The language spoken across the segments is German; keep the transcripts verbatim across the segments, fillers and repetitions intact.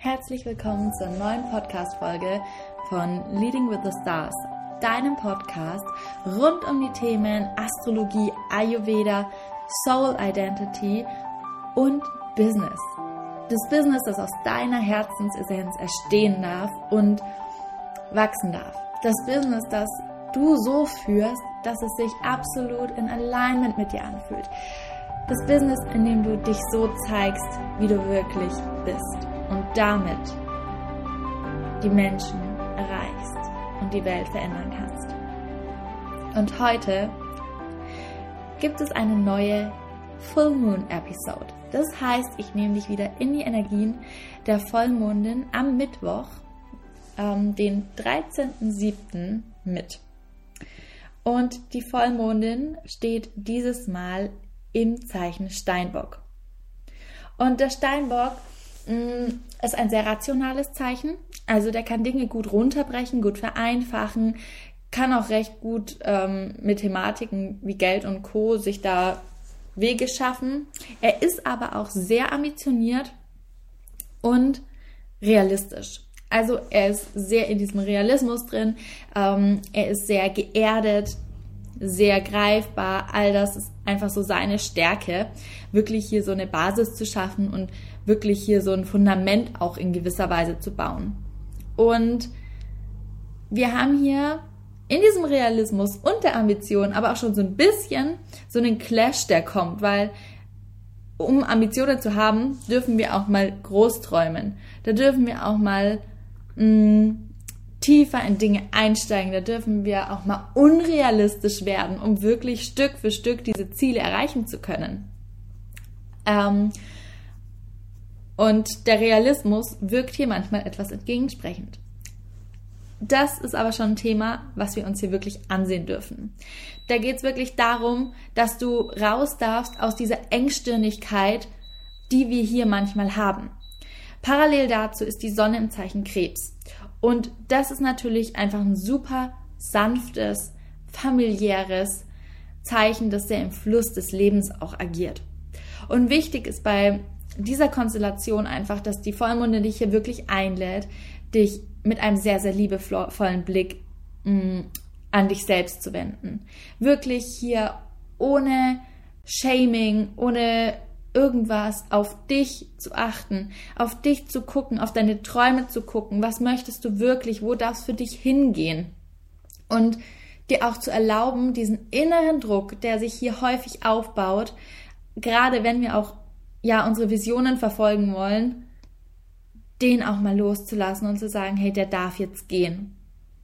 Herzlich willkommen zur neuen Podcast-Folge von Leading with the Stars, deinem Podcast rund um die Themen Astrologie, Ayurveda, Soul Identity und Business. Das Business, das aus deiner Herzensessenz entstehen darf und wachsen darf. Das Business, das du so führst, dass es sich absolut in Alignment mit dir anfühlt. Das Business, in dem du dich so zeigst, wie du wirklich bist und damit die Menschen erreichst und die Welt verändern kannst. Und heute gibt es eine neue Full Moon Episode. Das heißt, ich nehme dich wieder in die Energien der Vollmondin am Mittwoch, ähm, den dreizehnten siebten mit. Und die Vollmondin steht dieses Mal im Zeichen Steinbock. Und der Steinbock mh, ist ein sehr rationales Zeichen. Also der kann Dinge gut runterbrechen, gut vereinfachen, kann auch recht gut ähm, mit Thematiken wie Geld und Co. sich da Wege schaffen. Er ist aber auch sehr ambitioniert und realistisch. Also er ist sehr in diesem Realismus drin, ähm, er ist sehr geerdet, sehr greifbar, all das ist einfach so seine Stärke, wirklich hier so eine Basis zu schaffen und wirklich hier so ein Fundament auch in gewisser Weise zu bauen. Und wir haben hier in diesem Realismus und der Ambition aber auch schon so ein bisschen so einen Clash, der kommt, weil um Ambitionen zu haben, dürfen wir auch mal groß träumen. Da dürfen wir auch mal mh, tiefer in Dinge einsteigen. Da dürfen wir auch mal unrealistisch werden, um wirklich Stück für Stück diese Ziele erreichen zu können. Ähm, und der Realismus wirkt hier manchmal etwas entgegensprechend. Das ist aber schon ein Thema, was wir uns hier wirklich ansehen dürfen. Da geht es wirklich darum, dass du raus darfst aus dieser Engstirnigkeit, die wir hier manchmal haben. Parallel dazu ist die Sonne im Zeichen Krebs. Und das ist natürlich einfach ein super sanftes, familiäres Zeichen, das sehr im Fluss des Lebens auch agiert. Und wichtig ist bei dieser Konstellation einfach, dass die Vollmondin dich hier wirklich einlädt, dich mit einem sehr, sehr liebevollen Blick mh, an dich selbst zu wenden. Wirklich hier ohne Shaming, ohne irgendwas auf dich zu achten, auf dich zu gucken, auf deine Träume zu gucken. Was möchtest du wirklich? Wo darf es für dich hingehen? Und dir auch zu erlauben, diesen inneren Druck, der sich hier häufig aufbaut, gerade wenn wir auch ja unsere Visionen verfolgen wollen, den auch mal loszulassen und zu sagen, hey, der darf jetzt gehen.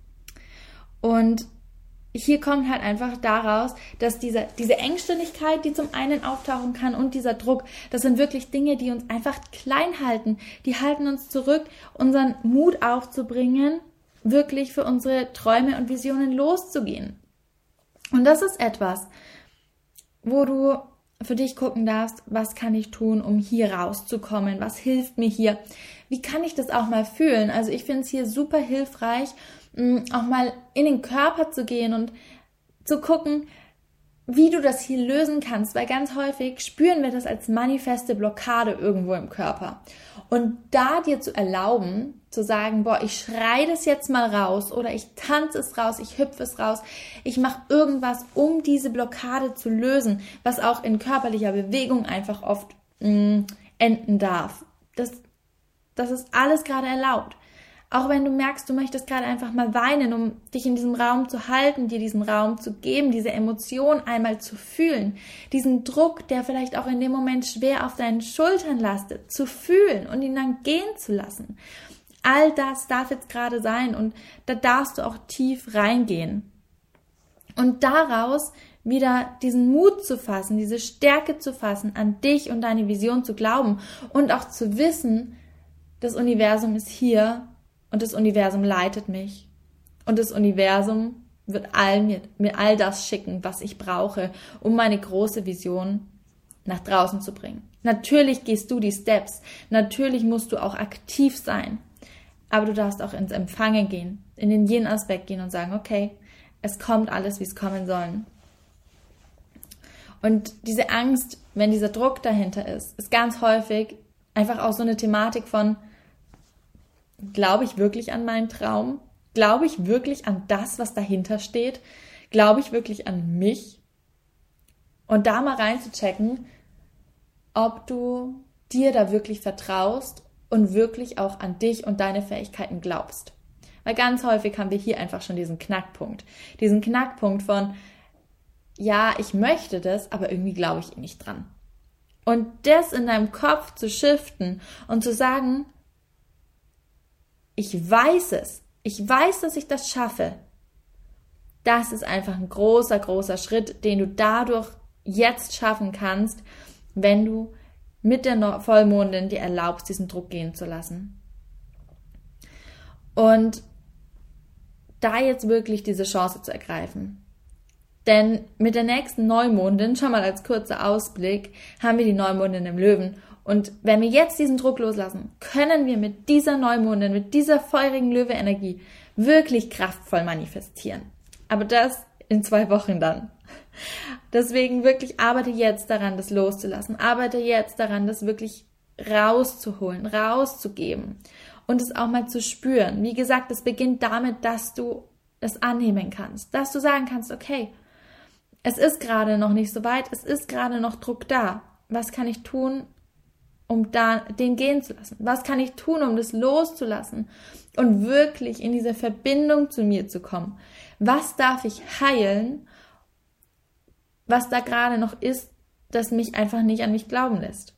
Und hier kommt halt einfach daraus, dass diese, diese Engstirnigkeit, die zum einen auftauchen kann und dieser Druck, das sind wirklich Dinge, die uns einfach klein halten. Die halten uns zurück, unseren Mut aufzubringen, wirklich für unsere Träume und Visionen loszugehen. Und das ist etwas, wo du für dich gucken darfst, was kann ich tun, um hier rauszukommen? Was hilft mir hier? Wie kann ich das auch mal fühlen? Also ich finde es hier super hilfreich, auch mal in den Körper zu gehen und zu gucken, wie du das hier lösen kannst, weil ganz häufig spüren wir das als manifeste Blockade irgendwo im Körper. Und da dir zu erlauben, zu sagen, boah, ich schreie das jetzt mal raus oder ich tanze es raus, ich hüpfe es raus, ich mache irgendwas, um diese Blockade zu lösen, was auch in körperlicher Bewegung einfach oft mh, enden darf. Das, das ist alles gerade erlaubt. Auch wenn du merkst, du möchtest gerade einfach mal weinen, um dich in diesem Raum zu halten, dir diesen Raum zu geben, diese Emotion einmal zu fühlen, diesen Druck, der vielleicht auch in dem Moment schwer auf deinen Schultern lastet, zu fühlen und ihn dann gehen zu lassen. All das darf jetzt gerade sein und da darfst du auch tief reingehen. Und daraus wieder diesen Mut zu fassen, diese Stärke zu fassen, an dich und deine Vision zu glauben und auch zu wissen, das Universum ist hier, und das Universum leitet mich. Und das Universum wird all mir, mir all das schicken, was ich brauche, um meine große Vision nach draußen zu bringen. Natürlich gehst du die Steps. Natürlich musst du auch aktiv sein. Aber du darfst auch ins Empfangen gehen, in den Yin-Aspekt gehen und sagen, okay, es kommt alles, wie es kommen soll. Und diese Angst, wenn dieser Druck dahinter ist, ist ganz häufig einfach auch so eine Thematik von, glaube ich wirklich an meinen Traum? Glaube ich wirklich an das, was dahinter steht? Glaube ich wirklich an mich? Und da mal reinzuchecken, ob du dir da wirklich vertraust und wirklich auch an dich und deine Fähigkeiten glaubst. Weil ganz häufig haben wir hier einfach schon diesen Knackpunkt. Diesen Knackpunkt von, ja, ich möchte das, aber irgendwie glaube ich eh nicht dran. Und das in deinem Kopf zu shiften und zu sagen, ich weiß es, ich weiß, dass ich das schaffe, das ist einfach ein großer, großer Schritt, den du dadurch jetzt schaffen kannst, wenn du mit der Vollmondin dir erlaubst, diesen Druck gehen zu lassen. Und da jetzt wirklich diese Chance zu ergreifen. Denn mit der nächsten Neumondin, schon mal als kurzer Ausblick, haben wir die Neumondin im Löwen. Und wenn wir jetzt diesen Druck loslassen, können wir mit dieser Neumondin, mit dieser feurigen Löwe-Energie wirklich kraftvoll manifestieren. Aber das in zwei Wochen dann. Deswegen wirklich arbeite jetzt daran, das loszulassen. Arbeite jetzt daran, das wirklich rauszuholen, rauszugeben und es auch mal zu spüren. Wie gesagt, es beginnt damit, dass du es annehmen kannst, dass du sagen kannst, okay, es ist gerade noch nicht so weit, es ist gerade noch Druck da. Was kann ich tun, um da den gehen zu lassen? Was kann ich tun, um das loszulassen und wirklich in diese Verbindung zu mir zu kommen? Was darf ich heilen, was da gerade noch ist, das mich einfach nicht an mich glauben lässt?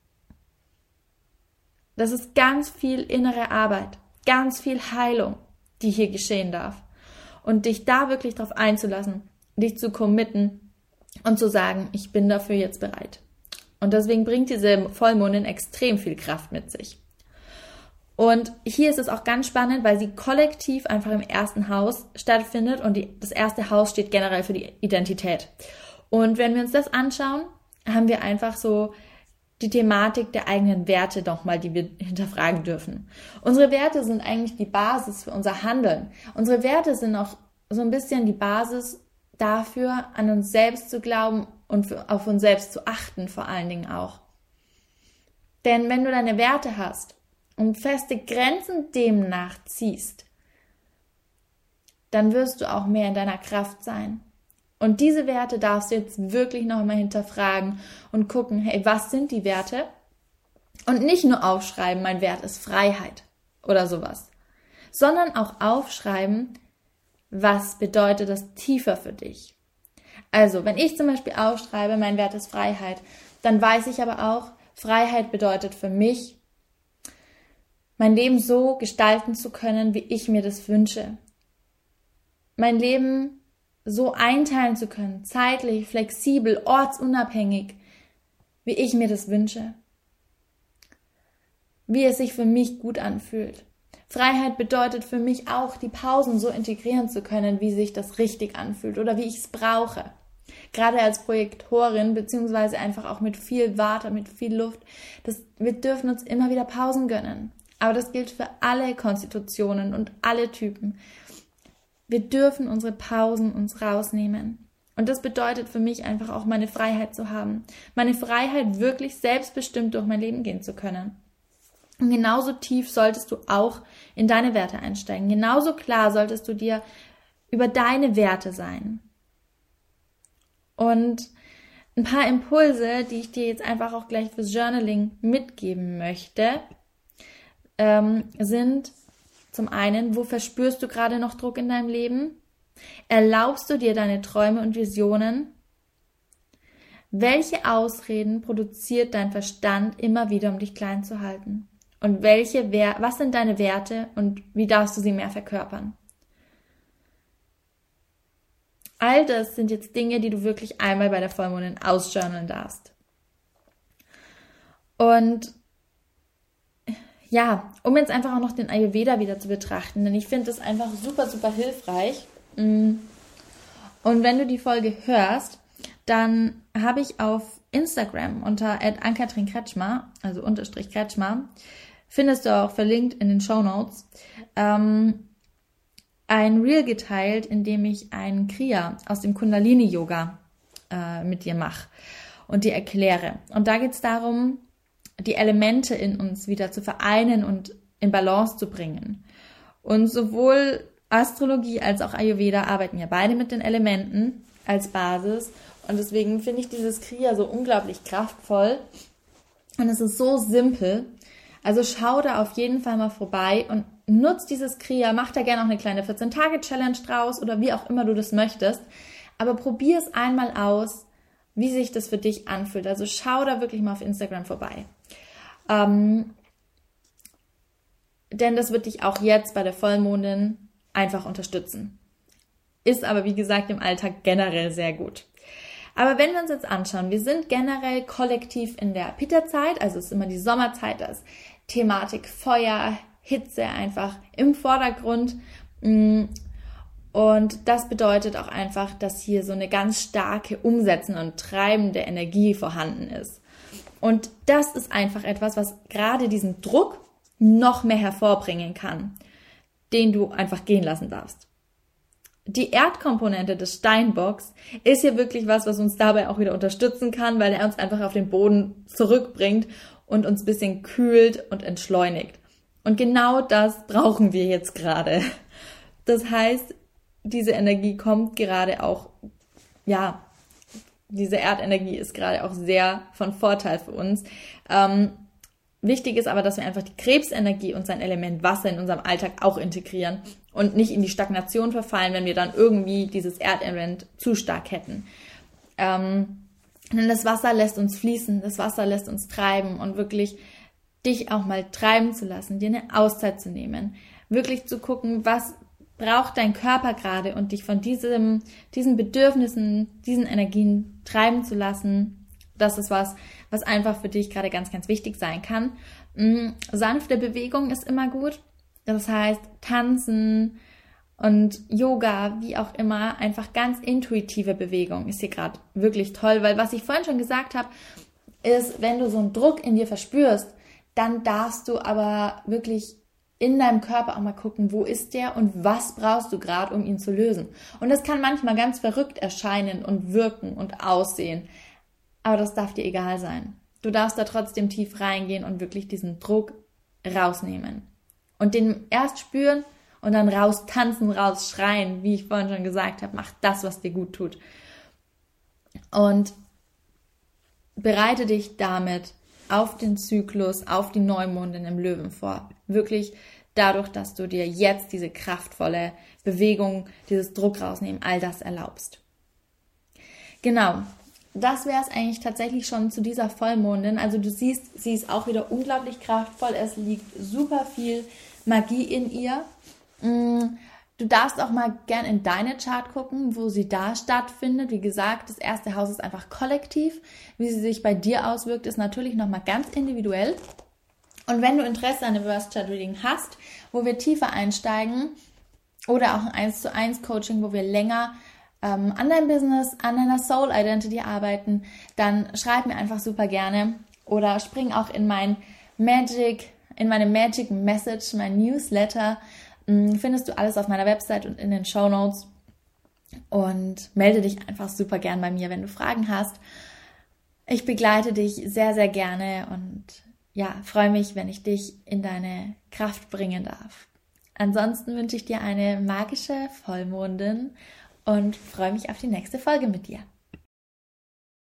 Das ist ganz viel innere Arbeit, ganz viel Heilung, die hier geschehen darf. Und dich da wirklich drauf einzulassen, dich zu committen und zu sagen, ich bin dafür jetzt bereit. Und deswegen bringt diese Vollmondin extrem viel Kraft mit sich. Und hier ist es auch ganz spannend, weil sie kollektiv einfach im ersten Haus stattfindet und die, das erste Haus steht generell für die Identität. Und wenn wir uns das anschauen, haben wir einfach so die Thematik der eigenen Werte nochmal, die wir hinterfragen dürfen. Unsere Werte sind eigentlich die Basis für unser Handeln. Unsere Werte sind auch so ein bisschen die Basis dafür, an uns selbst zu glauben und für, auf uns selbst zu achten, vor allen Dingen auch. Denn wenn du deine Werte hast und feste Grenzen demnach ziehst, dann wirst du auch mehr in deiner Kraft sein. Und diese Werte darfst du jetzt wirklich nochmal hinterfragen und gucken, hey, was sind die Werte? Und nicht nur aufschreiben, mein Wert ist Freiheit oder sowas, sondern auch aufschreiben, was bedeutet das tiefer für dich? Also, wenn ich zum Beispiel aufschreibe, mein Wert ist Freiheit, dann weiß ich aber auch, Freiheit bedeutet für mich, mein Leben so gestalten zu können, wie ich mir das wünsche. Mein Leben so einteilen zu können, zeitlich, flexibel, ortsunabhängig, wie ich mir das wünsche. Wie es sich für mich gut anfühlt. Freiheit bedeutet für mich auch, die Pausen so integrieren zu können, wie sich das richtig anfühlt oder wie ich es brauche. Gerade als Projektorin, beziehungsweise einfach auch mit viel Water, mit viel Luft. Das, wir dürfen uns immer wieder Pausen gönnen. Aber das gilt für alle Konstitutionen und alle Typen. Wir dürfen unsere Pausen uns rausnehmen. Und das bedeutet für mich einfach auch, meine Freiheit zu haben. Meine Freiheit, wirklich selbstbestimmt durch mein Leben gehen zu können. Und genauso tief solltest du auch in deine Werte einsteigen. Genauso klar solltest du dir über deine Werte sein. Und ein paar Impulse, die ich dir jetzt einfach auch gleich fürs Journaling mitgeben möchte, ähm, sind zum einen, wo verspürst du gerade noch Druck in deinem Leben? Erlaubst du dir deine Träume und Visionen? Welche Ausreden produziert dein Verstand immer wieder, um dich klein zu halten? Und welche, was sind deine Werte und wie darfst du sie mehr verkörpern? All das sind jetzt Dinge, die du wirklich einmal bei der Vollmondin ausjournalen darfst. Und ja, um jetzt einfach auch noch den Ayurveda wieder zu betrachten, denn ich finde das einfach super, super hilfreich. Und wenn du die Folge hörst, dann habe ich auf Instagram unter at ankatrin kretschmer, also unterstrich Kretschmer, findest du auch verlinkt in den Shownotes, ähm, ein Reel geteilt, in dem ich einen Kriya aus dem Kundalini-Yoga äh, mit dir mache und dir erkläre. Und da geht es darum, die Elemente in uns wieder zu vereinen und in Balance zu bringen. Und sowohl Astrologie als auch Ayurveda arbeiten ja beide mit den Elementen als Basis. Und deswegen finde ich dieses Kriya so unglaublich kraftvoll. Und es ist so simpel. Also schau da auf jeden Fall mal vorbei und nutz dieses Kriya. Mach da gerne auch eine kleine vierzehn-Tage-Challenge draus oder wie auch immer du das möchtest. Aber probier es einmal aus, wie sich das für dich anfühlt. Also schau da wirklich mal auf Instagram vorbei. Ähm, denn das wird dich auch jetzt bei der Vollmondin einfach unterstützen. Ist aber, wie gesagt, im Alltag generell sehr gut. Aber wenn wir uns jetzt anschauen, wir sind generell kollektiv in der Pitta-Zeit, also es ist immer die Sommerzeit, da ist Thematik Feuer, Hitze einfach im Vordergrund. Und das bedeutet auch einfach, dass hier so eine ganz starke umsetzende und treibende Energie vorhanden ist. Und das ist einfach etwas, was gerade diesen Druck noch mehr hervorbringen kann, den du einfach gehen lassen darfst. Die Erdkomponente des Steinbocks ist hier wirklich was, was uns dabei auch wieder unterstützen kann, weil er uns einfach auf den Boden zurückbringt und uns ein bisschen kühlt und entschleunigt. Und genau das brauchen wir jetzt gerade. Das heißt, diese Energie kommt gerade auch, ja, diese Erdenergie ist gerade auch sehr von Vorteil für uns. Ähm, wichtig ist aber, dass wir einfach die Krebsenergie und sein Element Wasser in unserem Alltag auch integrieren und nicht in die Stagnation verfallen, wenn wir dann irgendwie dieses Erdelement zu stark hätten. Ähm, denn das Wasser lässt uns fließen, das Wasser lässt uns treiben und wirklich dich auch mal treiben zu lassen, dir eine Auszeit zu nehmen, wirklich zu gucken, was braucht dein Körper gerade und dich von diesem, diesen Bedürfnissen, diesen Energien treiben zu lassen. Das ist was, was einfach für dich gerade ganz, ganz wichtig sein kann. Sanfte Bewegung ist immer gut. Das heißt, Tanzen und Yoga, wie auch immer, einfach ganz intuitive Bewegung ist hier gerade wirklich toll, weil was ich vorhin schon gesagt habe, ist, wenn du so einen Druck in dir verspürst, dann darfst du aber wirklich in deinem Körper auch mal gucken, wo ist der und was brauchst du gerade, um ihn zu lösen. Und das kann manchmal ganz verrückt erscheinen und wirken und aussehen, aber das darf dir egal sein. Du darfst da trotzdem tief reingehen und wirklich diesen Druck rausnehmen und den erst spüren und dann raus tanzen, raus schreien, wie ich vorhin schon gesagt habe, mach das, was dir gut tut. Und bereite dich damit auf den Zyklus, auf die Neumondin im Löwen vor. Wirklich dadurch, dass du dir jetzt diese kraftvolle Bewegung, dieses Druck rausnehmen, all das erlaubst. Genau, das wäre es eigentlich tatsächlich schon zu dieser Vollmondin. Also du siehst, sie ist auch wieder unglaublich kraftvoll. Es liegt super viel Magie in ihr. Du darfst auch mal gern in deine Chart gucken, wo sie da stattfindet. Wie gesagt, das erste Haus ist einfach kollektiv. Wie sie sich bei dir auswirkt, ist natürlich nochmal ganz individuell. Und wenn du Interesse an einem Reverse Chart Reading hast, wo wir tiefer einsteigen oder auch ein eins zu eins Coaching, wo wir länger ähm, an deinem Business, an deiner Soul Identity arbeiten, dann schreib mir einfach super gerne oder spring auch in mein Magic, in meine Magic Message, mein Newsletter. Findest du alles auf meiner Website und in den Shownotes und melde dich einfach super gern bei mir, wenn du Fragen hast. Ich begleite dich sehr, sehr gerne und ja, freue mich, wenn ich dich in deine Kraft bringen darf. Ansonsten wünsche ich dir eine magische Vollmondin und freue mich auf die nächste Folge mit dir.